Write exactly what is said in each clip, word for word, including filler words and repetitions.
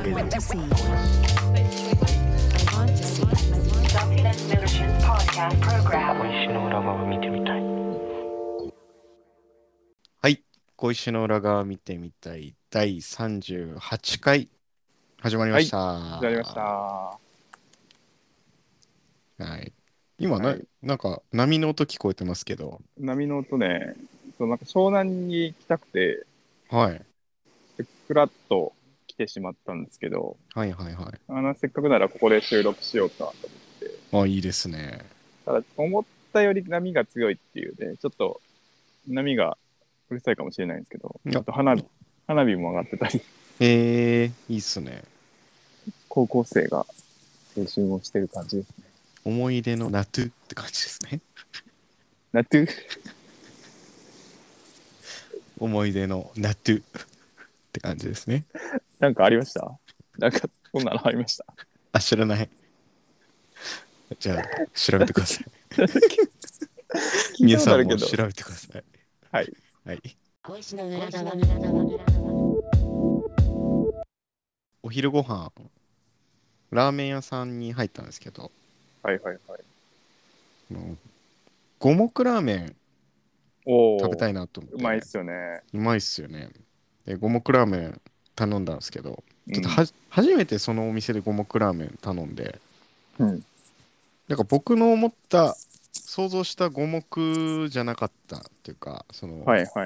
want to see. I want to see. Succulent Millicent Podcast Program. 小石の裏側見てみたい。 はい、小石の裏側見てみたいだいさんじゅうはちかい始まりました。 始まりました。はい。今な、 はい、 なんか波の音聞こえてますけど。 波の音ね、そうなんか湘南に行きたくて、 はい。 でふらっと来てしまったんですけど、 はいはいはい。 あのせっかくならここで収録しようかと思って、 あ、いいですね。 ただ思ったより波が強いっていうね、ちょっと波がうるさいかもしれないんですけど、あと花火、花火も上がってたり、 えー、いいっすね。 高校生が青春をしてる感じですね。 思い出のナトゥって感じですね。 ナトゥ思い出のナトゥって感じですね。 なんかありました？なんかこんなのありました？ あ、知らない。じゃあ調べてください。皆さんも調べてください。 はい。 はい。 小石の裏側。 お昼ご飯ラーメン屋さんに入ったんですけど、 はいはいはい。 五目ラーメンお食べたいなと思って。 うまいっすよね。 うまいっすよね。で五目ラーメン頼んだんですけど、 うん、 ちょっとは初めてそのお店で五目ラーメン頼んで、 うん、 なんか僕の思った想像した五目じゃなかったっていうか、その、 はいはい。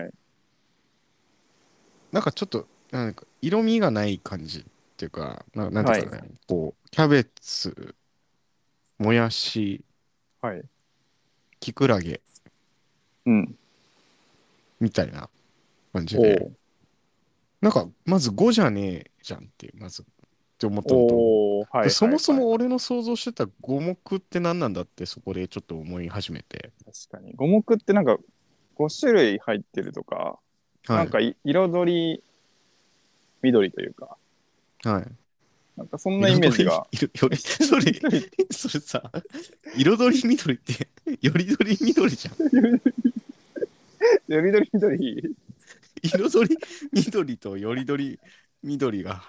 なんかちょっとなんか色味がない感じっていうか、ななんていうかね、はい、こうキャベツ、もやし、 はい、 きくらげ、 うん、 みたいな感じで、なんかまずごじゃねえじゃんっていう、まずって思ったのと、 はいはいはい、 そもそも俺の想像してた五目って何なんだってそこでちょっと思い始めて。 確かに五目ってなんかご種類入ってるとか、はい、なんか彩り緑というか、 はい、 なんかそんなイメージが。 それそれさ、彩り緑ってよりどり緑じゃん。 よりどり緑彩り緑とよりどり緑が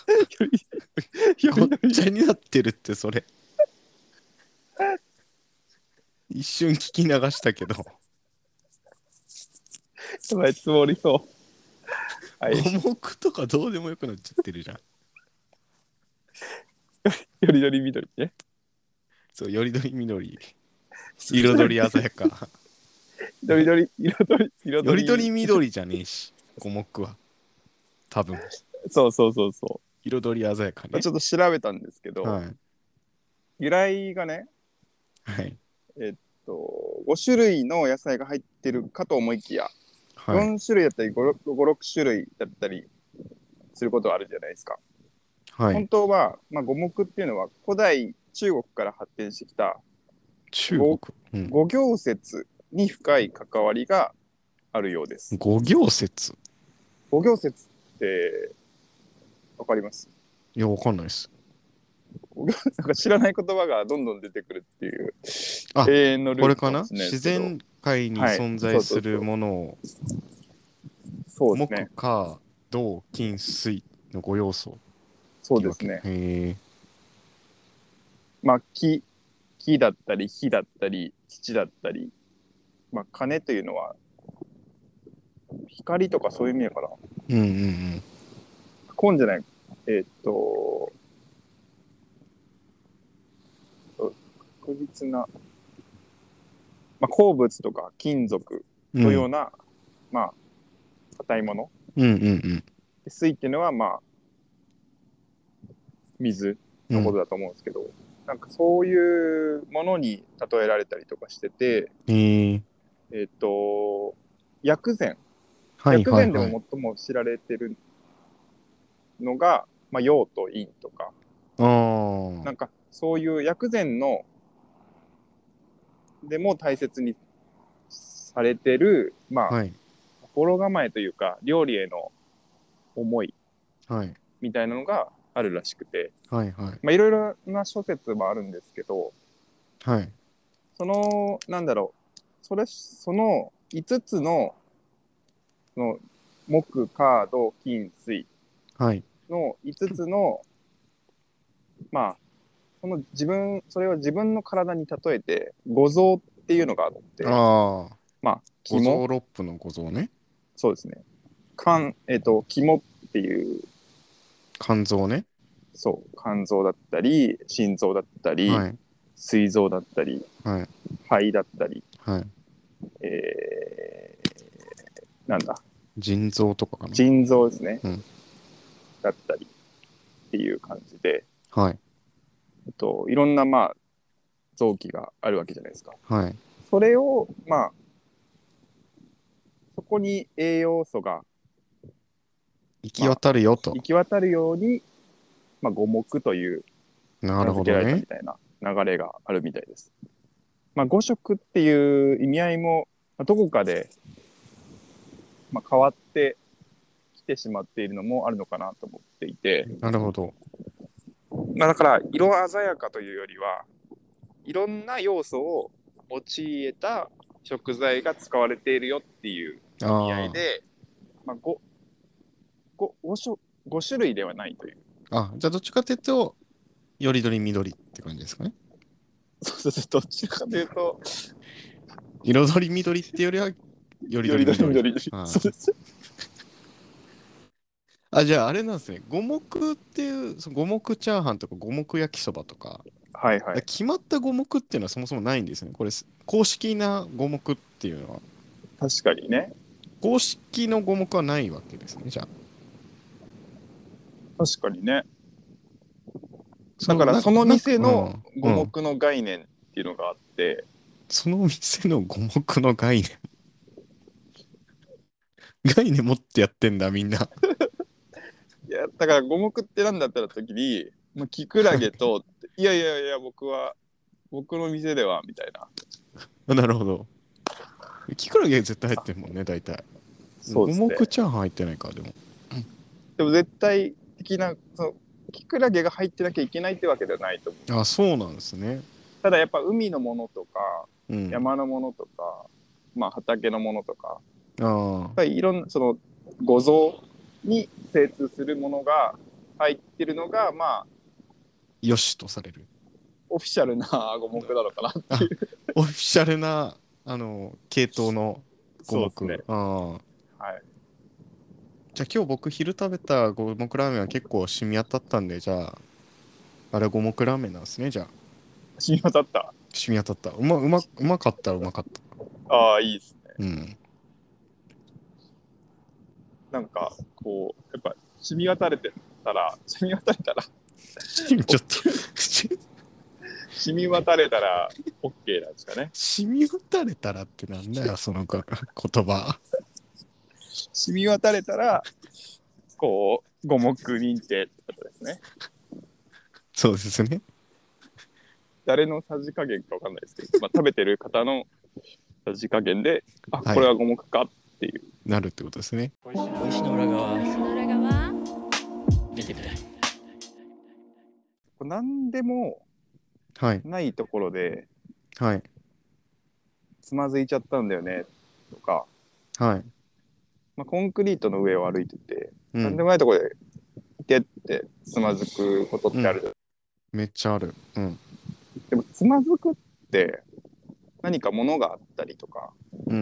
ごっちゃになってるってそれ一瞬聞き流したけどつまり積もりそう、 はい、五目とかどうでもよくなっちゃってるじゃん。 よりどり緑ね。 そう、よりどり緑、彩り鮮やか。 よりどり彩り彩りよりどり緑じゃねえし、五目は多分。 そうそうそうそう。 彩り鮮やかね。 ちょっと調べたんですけど、はい、由来がね、 はい、 えっとご種類の野菜が入ってるかと思いきや、はい、よん種類だったり ご、ろく種類だったりすることがあるじゃないですか。はい、本当は、まあ、五目っていうのは古代中国から発展してきた中国、 うん、五行説に深い関わりがあるようです。 五行説五行説ってわかります？ いや、わかんないです。 なんか知らない言葉がどんどん出てくるっていうあ、永遠のルールかもしれないですけど、これかな？自然界に存在するものを、 そうですね、 木、火、土、金、水のご要素。 そうですね。 へー。 まあ木、木だったり火だったり土だったり、まあ金というのは光とかそういう意味やから。 うんうんうん。 根じゃない。えー、っと確実な、まあ、鉱物とか金属のような、うん、まあ硬いもの。 うんうんうん。 水っていうのはまあ水のことだと思うんですけど、うん、なんかそういうものに例えられたりとかしてて、 えー、 えー、っと薬膳、 はいはいはい、 薬膳でも最も知られてるのが、まあ、陽と陰とか、 あなんかそういう薬膳のでも大切にされてる、まあ、はい、心構えというか料理への思いみたいなのがあるらしくて、 はいはい、 まあいろいろな諸説もあるんですけど、 はい、 そのなんだろう、それそのいつつのの木火土金水のいつつの、まあ、その自分、それを自分の体に例えて、五臓っていうのがあって、 ああ、 まあ、 五肝、 臓六腑の五臓ね。 そうですね。肝、えっ、と、肝っていう、 肝臓ね。 そう、肝臓だったり、心臓だったり、 はい。 膵臓だったり、 はい。 肺だったり、 はい。 えー、なんだ、 腎臓とかかな。 腎臓ですね。 うん。 だったりっていう感じで、 はい。 えっと、いろんな、まあ、臓器があるわけじゃないですか。 はい。 それを、まあ、そこに栄養素が、まあ、 行き渡るよと。 行き渡るように、まあ、五目というなる名付けられたみほどね。 たいな流れがあるみたいです。まあ、五色っていう意味合いも、まあ、どこかで、まあ、変わってきてしまっているのもあるのかなと思っていて、 なるほど。 まあ、だから色鮮やかというよりはいろんな要素を用いた食材が使われているよっていう意味合いあで、まあ、5, 5, 5, 種ご種類ではないという。 あ。あ、じゃあどっちかというと、よりどりみどりって感じですかね。 そうそうそう、どっちかというと、 彩り緑っていうよりは、よりよりどりどり緑。 緑。 はい。 そうです。 あ、じゃああれなんですね。五目っていう、その五目チャーハンとか五目焼きそばとか、 はいはい。 決まった五目っていうのはそもそもないんですね。これ、公式な五目っていうのは、 確かにね。 公式の五目はないわけですね。じゃあ。 確かにね。だその、 からそのなんか、なんか、 店のうん、う五ん。 目の概念っていうのがあって、 その店の五目の概念。概念持ってやってんだ、みんな。 いや、だから五目ってなんだったら時に、まあ、キクラはい。 ゲと、いやいやいや、僕は、僕の店では、みたいな。 なるほど。キクラゲ絶対入ってるもんね、大体。五そうですね。 目チャーハン入ってないか、でも。 でも絶対的な、その、キクラゲが入ってなきゃいけないってわけではないと思う。 あ、そうなんですね。 ただやっぱ海のものとか、 うん。 山のものとか、まあ畑のものとか、 あやっぱりいろんな、その、五臓に精通するものが入ってるのが、まあ、 あ、よしとされる。 オフィシャルな五目なのかなっていあ、 う。 オフィシャルな、あの、系統の五そうですね。 目。ああ。 はい。 じゃあ今日僕昼食べた五目ラーメンは結構染み当たったんで、じゃあ、あれ五目ラーメンなんですね、じゃあ。 染み渡った。 染み当たった。うま、うま、うまかったらうまかった。 ああ、いいですね。 うん。 なんか、こう、やっぱ、染み渡れてたら、染み渡れたら、 ちょっと染み渡れたら OK なんですかね。 染み渡れたらってなんだよ、そのか言葉。 染み渡れたら、こう、五目認定ってことですね。 そうですね。 誰のさじ加減かわかんないですけど、まあ、食べてる方のさじ加減で、あ、 はい。 これは五目かっていう。 なるってことですね。 小石の裏側その裏側見てくれ。 何でもはい。 ないところではい。 つまずいちゃったんだよねとか、 はい。 まあ、コンクリートの上を歩いてて、 うん。 何でもないところでいてってつまずくことってあるじゃん。 めっちゃある。うん。 でもつまずくって何か物があったりとか、 うん。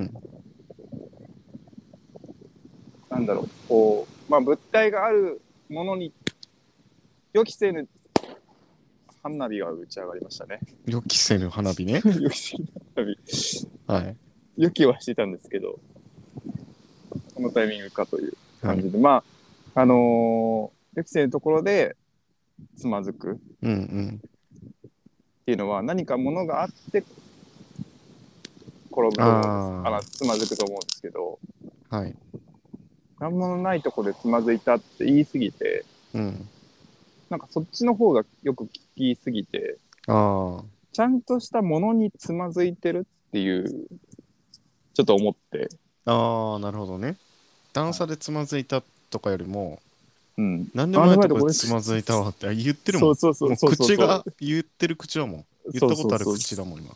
なんだろう、こう、まあ、物体があるものに予期せぬ花火が打ち上がりましたね。 予期せぬ花火ね。 予期せぬ花火。 はい。 予期はしてたんですけど、このタイミングかというはい。 感じで、まあ、あのー予期せぬところでつまずくっうんうん。 ていうのは何か物があって転ぶと思うんです。ああのつまずくと思うんですけど、 あ。はい。 何もないところでつまずいたって言い過ぎて、 うん。 なんかそっちの方がよく聞きすぎて、 ああ。 ちゃんとしたものにつまずいてるっていう、ちょっと思って。 ああ、なるほどね。段差でつまずいたとかよりも、 うん。 なんでもないところでつあまずいたわって言ってるもん。 そうそうそうもうそうそう。 口が言ってる口だもん。言ったことあるそうそうそう口だもん、今。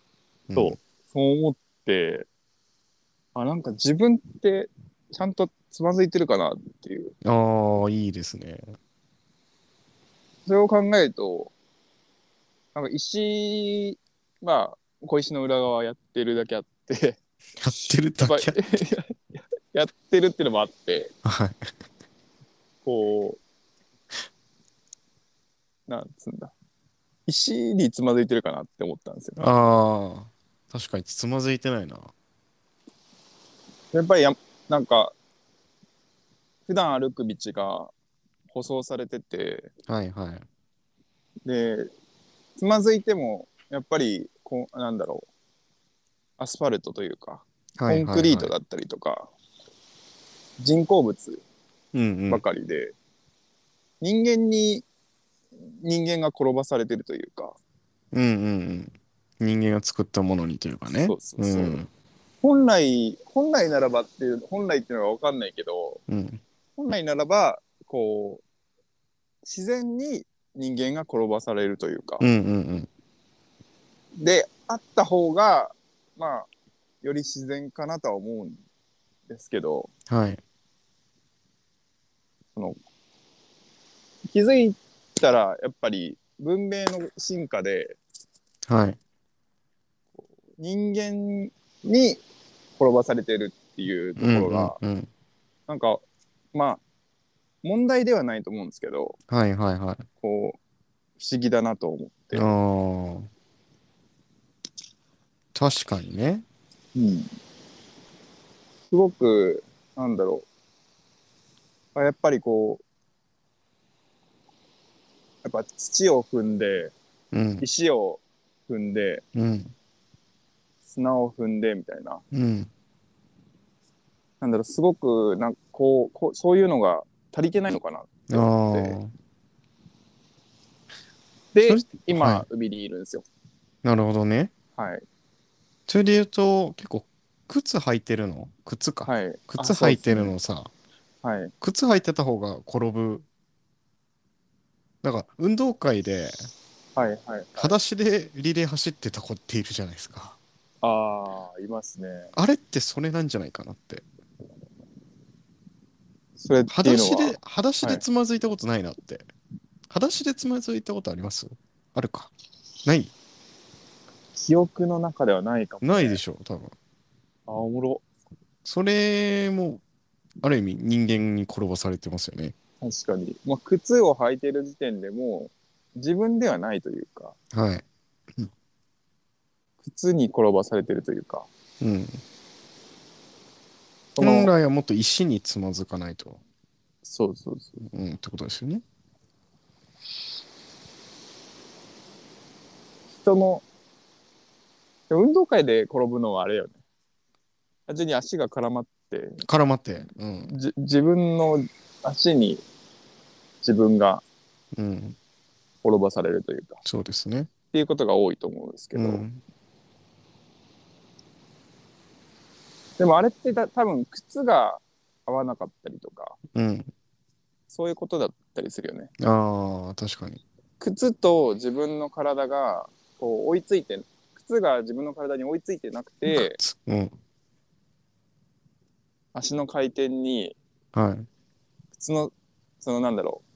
そう。 うん。 そう思って、あ、なんか自分ってちゃんとつまずいてるかなっていう。 ああ、いいですね。 それを考えると、なんか石、まあ、小石の裏側やってるだけあって、 やってるだけあって。 やってるっていうのもあって、 はい。 こう、なんつうんだ。石につまずいてるかなって思ったんですよ。 ああ、確かにつまずいてないな。 やっぱりや、なんか、普段歩く道が舗装されてて、 はいはい。 で、つまずいても、やっぱり、こう、なんだろう、アスファルトというか、 はいコンクはいはい。 リートだったりとか、人工物うんうばん。 かりで、人間に人間が転ばされてるというか、 うんうんうん。人間が作ったものにというかね。 そうそうそう。 うん。 本来、本来ならばっていう、本来っていうのがわかんないけど、 うん。 本来ならば、こう、自然に人間が転ばされるというか、 うんうんで、あった方が、まあ、より自然かなとは思うんですけど、 うん。はい。 その気づいたら、やっぱり文明の進化ではい。 人間に転ばされてるっていうとうんうころが、 んうん。 なんか、まあ、問題ではないと思うんですけど、 はいはいはい。 こう、不思議だなと思っあて。 あ、確かにね。 うん。すごく、なんだろう。やっぱりこう、やっぱ土を踏んで、 うん。 石を踏んで、 うん。 砂を踏んで、みたいな。 うん。 なんだろう、すごく、なんかこう、こうそういうのが足りてないのかなってあ思って。 あ。それ、 で、今、 はい。 海にいるんですよ。 なるほどね。 はい。 それで言うと、結構、靴履いてるの靴か。 はい。あ、 靴履いてそうですね。 るのさ、 はい。 靴履いてた方が転ぶ。だから、運動会で、 はい、はい、はい。 裸足でリレー走ってた子っているじゃないですか。 ああ、いますね。 あれってそれなんじゃないかなって。 それっていうのは、 裸足で、裸足ではい。 つまずいたことないなって。裸足でつまずいたことあります？あるか。ない記憶の中ではないかもね。 ないでしょ、多分。 あ、おもろ。 それも、ある意味人間に転ばされてますよね。 確かに。まあ、靴を履いている時点でも、自分ではないというか、 はい。 靴に転ばされてるというか、 うん。本その、 来はもっと石につまずかないと。 そうそうそう。 うん、ってことですよね。 人の、運動会で転ぶのはあれよね。単純に足が絡まって、 絡まって。うん。 じ自分の足に自分がうん。 転ばされるというか、っそうですね。 ていうことが多いと思うんですけど、 うん。 でもあれってた多分靴が合わなかったりとか、 うん。 そういうことだったりするよね。 ああ、確かに。 靴と自分の体がこう追いついて、靴が自分の体に追いついてなくて、 靴。うん。 足の回転に、 はい。 靴の、そのなんだろ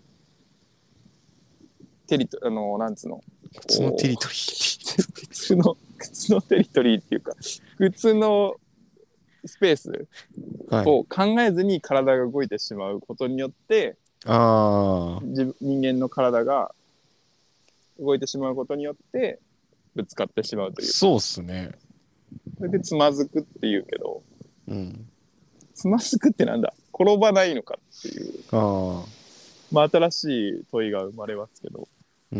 う、テリト、あの、なんつうの、 靴のテリこトリー。 う、靴の、靴のテリトリーっていうか、靴のスペースはい。 を考えずに体が動いてしまうことによって、 ああ、 自人間の体が動いてしまうことによってぶつかってしまうというか、 そうっすね。 それでつまずくっていうけど、 うん。 つまずくってなんだ、転ばないのかっていう、 ああ、 まあ、新しい問いが生まれますけど、 うん。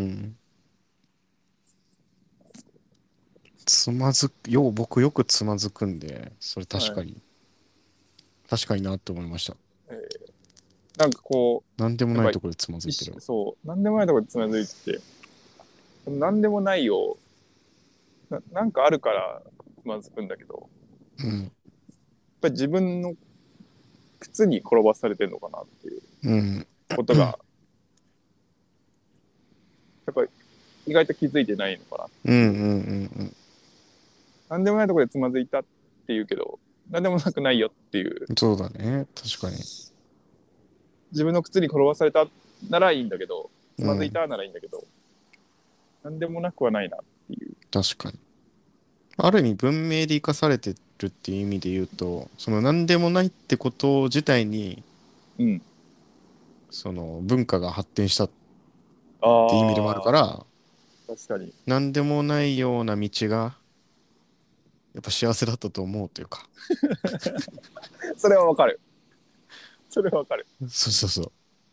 つまずく、よう、僕よくつまずくんで、それ確はい。 かに、確かになって思いました。 えーなんかこなんでもう、やっぱりないところでつまずいてるわ。 そう、なんでもないところでつまずいてて、なんでもないをな、なんかあるからつまずくんだけど、 うん。 やっぱり自分の靴に転ばされてるのかなっていううん。 ことが、やっぱり意外と気づいてないのかな。 うんうんうんなんでもないところでつまずいたっていうけど、 何でもなくないよっていう。 そうだね。確かに。 自分の靴に転ばされたならいいんだけど、つまずいたならいいんだけど、うん、何でもなくはないなっていう。 確かに。ある意味文明で生かされてるっていう意味で言うと、その何でもないってこと自体に、 うん、 その文化が発展したっていう意味でもあるから、 確かに。 何でもないような道がやっぱ幸せだったと思うというか。 それはわかる。それはわかる。 そうそうそう。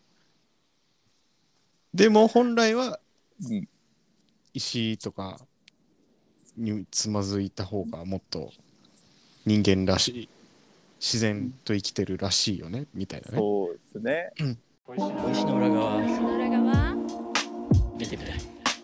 でも本来は、うん、石とかにつまずいた方がもっと人間らしい、自然と生きてるらしいよね、みたいなね。 そうですね。 うん、小石の裏側見てくれ。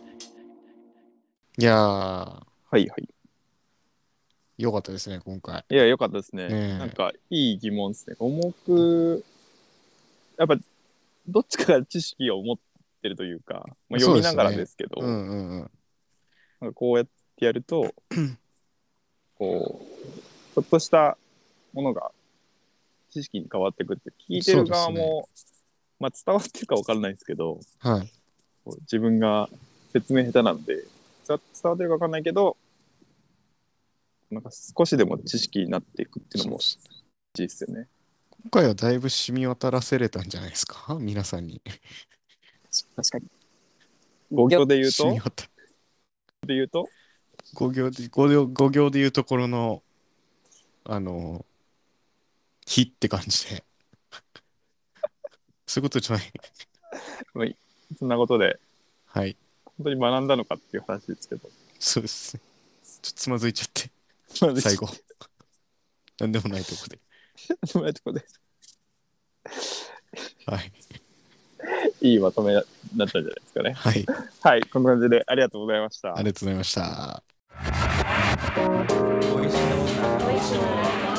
いやー、はいはい。 よかったですね、今回。 いや、よかったですね。ね、なんか、いい疑問ですね。重く、やっぱ、どっちかが知識を持ってるというか、まあ、読みながらですけど、 ね、うんうんうん、 なんかこうやってやると、こう、ちょっとしたものが知識に変わってくって、聞いてる側も、ね、まあ、伝わってるか分からないですけど、 はい、 自分が説明下手なんで、伝わってるか分かんないけど、なんか少しでも知識になっていくっていうのもいいですよね。 今回はだいぶ染み渡らせれたんじゃないですか、皆さんに。 確かに。語行で言うとで言うと語行で、語行、語行で言うところの、あの、火って感じで。そういうことじゃない。 まあ、そんなことで、 はい。 本当に学んだのかっていう話ですけど。 そうですね。ちょっとつまずいちゃって。最後。なんでもないとこで。 なんでもないとこで。 はい。 いいまとめだったんじゃないですかね。 はい。 はい、こんな感じでありがとうございました。 ありがとうございました。 おいしい